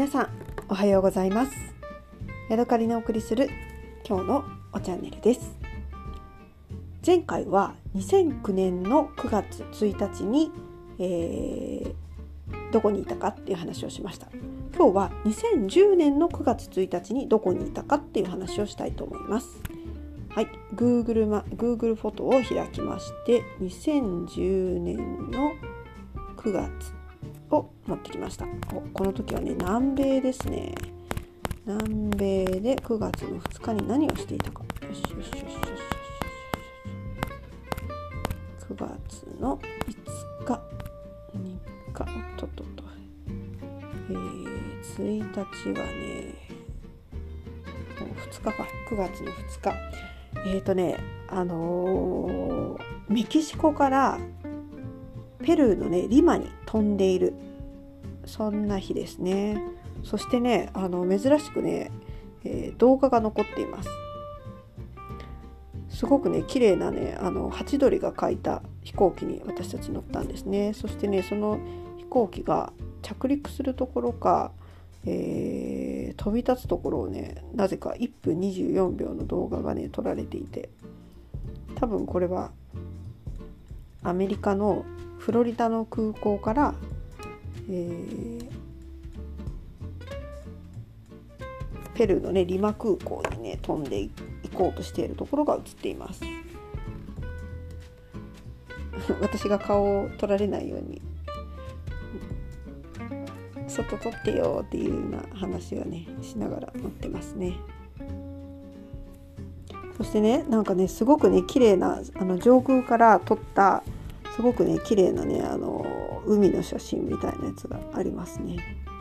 皆さんおはようございます。ヤドカリのお送りする今日のおチャンネルです。前回は2009年の9月1日に、どこにいたかっていう話をしました。今日は2010年の9月1日にどこにいたかっていう話をしたいと思います。はい、Google フォトを開きまして、2010年の9月を持ってきました。この時はね、南米ですね。南米で9月の2日に何をしていたか。よし。9月の5日、1日はね、2日か、9月の2日。メキシコからペルーのね、リマに飛んでいる、そんな日ですね。そしてね、珍しくね、動画が残っています。すごくね、綺麗なね、ハチドリが描いた飛行機に私たち乗ったんですね。そしてね、その飛行機が着陸するところか、飛び立つところをね、なぜか1分24秒の動画がね撮られていて、多分これはアメリカのフロリダの空港から、ペルーのね、リマ空港にね飛んでいこうとしているところが映っています。私が顔を撮られないように外撮ってよっていうような話はねしながら乗ってますね。そしてね、なんかね、すごくね綺麗な上空から撮ったすごくね綺麗なね海の写真みたいなやつがありますね。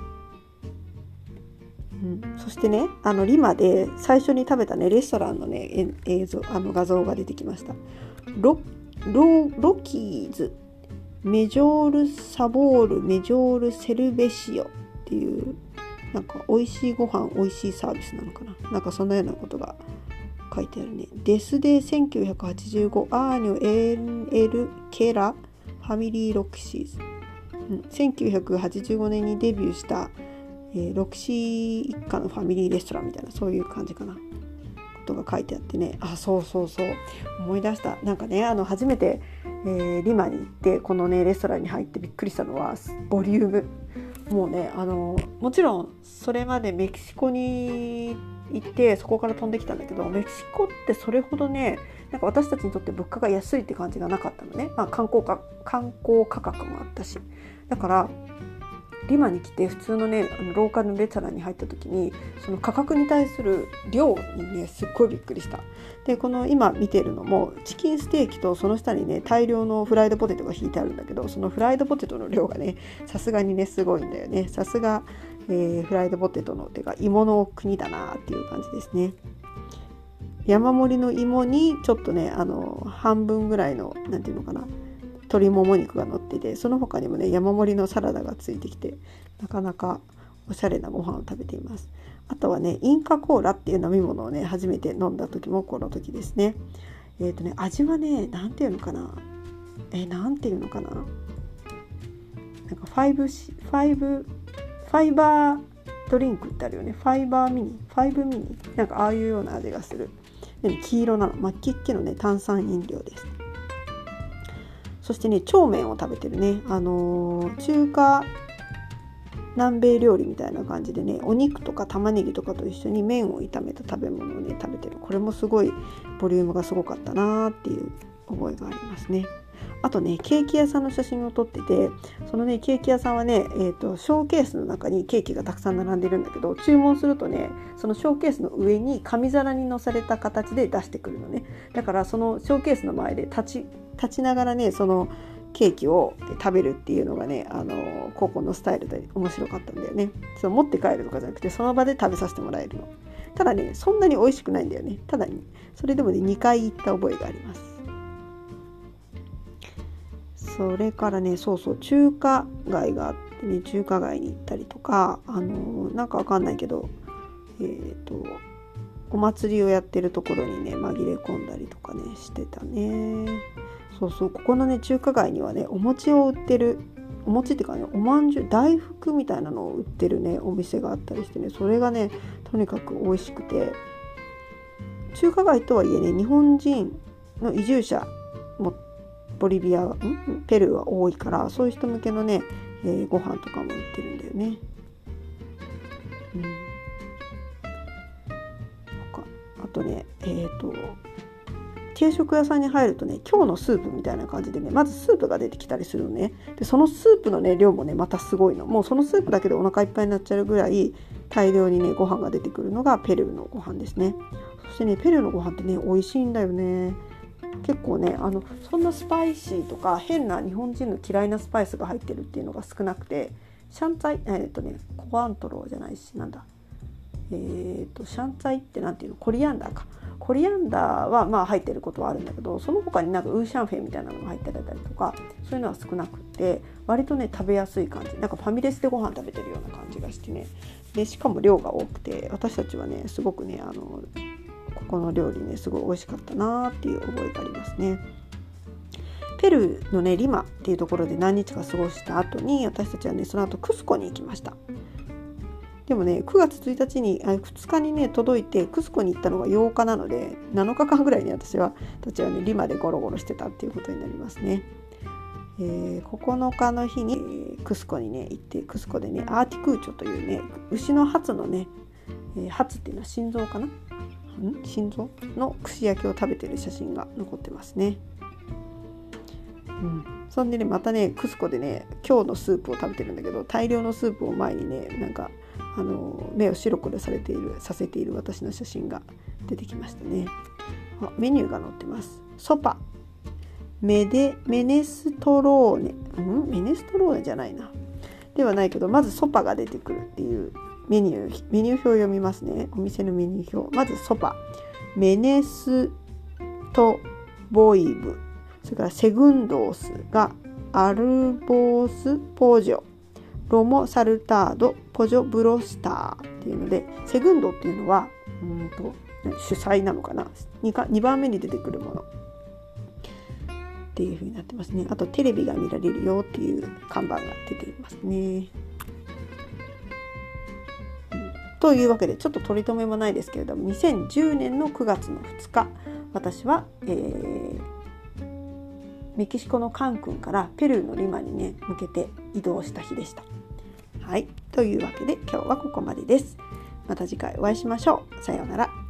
そしてね、リマで最初に食べたねレストランのね映像画像が出てきました。ロキーズメジョールサボールメジョールセルベシオっていう、なんか美味しいご飯美味しいサービスなのかな、なんかそんなようなことが書いてあるね。デスデ1985アーニョエルケラファミリーロクシーズ、1985年にデビューしたロクシー一家のファミリーレストランみたいな、そういう感じかな、ことが書いてあってね、そう思い出した。なんかね、初めて、リマに行ってこのねレストランに入ってびっくりしたのはボリューム。もうね、もちろんそれまでメキシコに行ってそこから飛んできたんだけど、メキシコってそれほどね、なんか私たちにとって物価が安いって感じがなかったのね。観光価格もあったし、だからリマに来て普通のねローカルのレストランに入った時に、その価格に対する量にねすっごいびっくりした。で、この今見てるのもチキンステーキとその下にね大量のフライドポテトが引いてあるんだけど、そのフライドポテトの量がねさすがにねすごいんだよね。さすが、フライドポテトのてか芋の国だなっていう感じですね。山盛りの芋にちょっとね半分ぐらいのなんていうのかな、鶏もも肉が乗ってて、その他にもね山盛りのサラダがついてきて、なかなかおしゃれなご飯を食べています。あとはね、インカコーラっていう飲み物をね初めて飲んだ時もこの時ですね。味はね、なんていうのかな、なんかファイバードリンクってあるよね。ファイブミニ、なんかああいうような味がする。黄色なの、真っ黄っけのね炭酸飲料です。そしてね、長麺を食べてるね。中華南米料理みたいな感じでね、お肉とか玉ねぎとかと一緒に麺を炒めた食べ物をね食べてる。これもすごいボリュームがすごかったなっていう覚えがありますね。あとね、ケーキ屋さんの写真を撮ってて、そのねケーキ屋さんはね、ショーケースの中にケーキがたくさん並んでるんだけど、注文するとね、そのショーケースの上に紙皿に乗された形で出してくるのね。だからそのショーケースの前で立ちながらね、そのケーキを食べるっていうのがね、高校のスタイルで面白かったんだよね。持って帰るとかじゃなくて、その場で食べさせてもらえるの。ただね、そんなに美味しくないんだよね。ただそれでもね2回行った覚えがあります。それからね、中華街があってね、中華街に行ったりとか、なんかわかんないけど、お祭りをやってるところにね紛れ込んだりとかねしてたね。ここのね中華街にはねお餅を売ってるお餅っていうかね、おまんじゅう、大福みたいなのを売ってるねお店があったりしてね、それがねとにかく美味しくて、中華街とはいえね日本人の移住者もペルーは多いから、そういう人向けのね、ご飯とかも売ってるんだよね。あとね定食屋さんに入るとね、今日のスープみたいな感じでね、まずスープが出てきたりするのね。でそのスープのね量もねまたすごいの。もうそのスープだけでお腹いっぱいになっちゃうぐらい大量にねご飯が出てくるのがペルーのご飯ですね。そしてねペルーのご飯ってね美味しいんだよね。結構ねそんなスパイシーとか変な日本人の嫌いなスパイスが入ってるっていうのが少なくて、シャンツァイコアントローじゃないし、なんだシャンツァイってなんていうの、コリアンダーか。コリアンダーはまあ入ってることはあるんだけど、その他になんかウーシャンフェみたいなのが入ってたりとか、そういうのは少なくて割とね食べやすい感じ、なんかファミレスでご飯食べてるような感じがしてね、でしかも量が多くて、私たちはねすごくねここの料理ねすごい美味しかったなっていう覚えがありますね。ペルーのねリマっていうところで何日か過ごした後に、私たちはねその後クスコに行きました。でもね9月1日に2日にね届いて、クスコに行ったのが8日なので7日間ぐらいに私たちはねリマでゴロゴロしてたっていうことになりますね。9日の日にクスコにね行って、クスコでねアーティクーチョというね牛のハツのね、ハツっていうのは心臓かな、心臓の串焼きを食べてる写真が残ってますね。そんでねまたねクスコでね今日のスープを食べてるんだけど、大量のスープを前にねなんか目を白黒させている私の写真が出てきましたね。メニューが載ってます。ソパメネストローネじゃないな、ではないけど、まずソパが出てくるっていうメニュー表を読みますね。お店のメニュー表、まずソパ、メネストボイブ、それからセグンドースがアルボースポジョ、ロモサルタードポジョブロスターっていうので、セグンドっていうのは主菜なのかな、2番目に出てくるものっていう風になってますね。あとテレビが見られるよっていう看板が出ていますね。というわけでちょっと取り留めもないですけれども、2010年の9月の2日、私は、メキシコのカンクンからペルーのリマにね向けて移動した日でした。はい、というわけで今日はここまでです。また次回お会いしましょう。さようなら。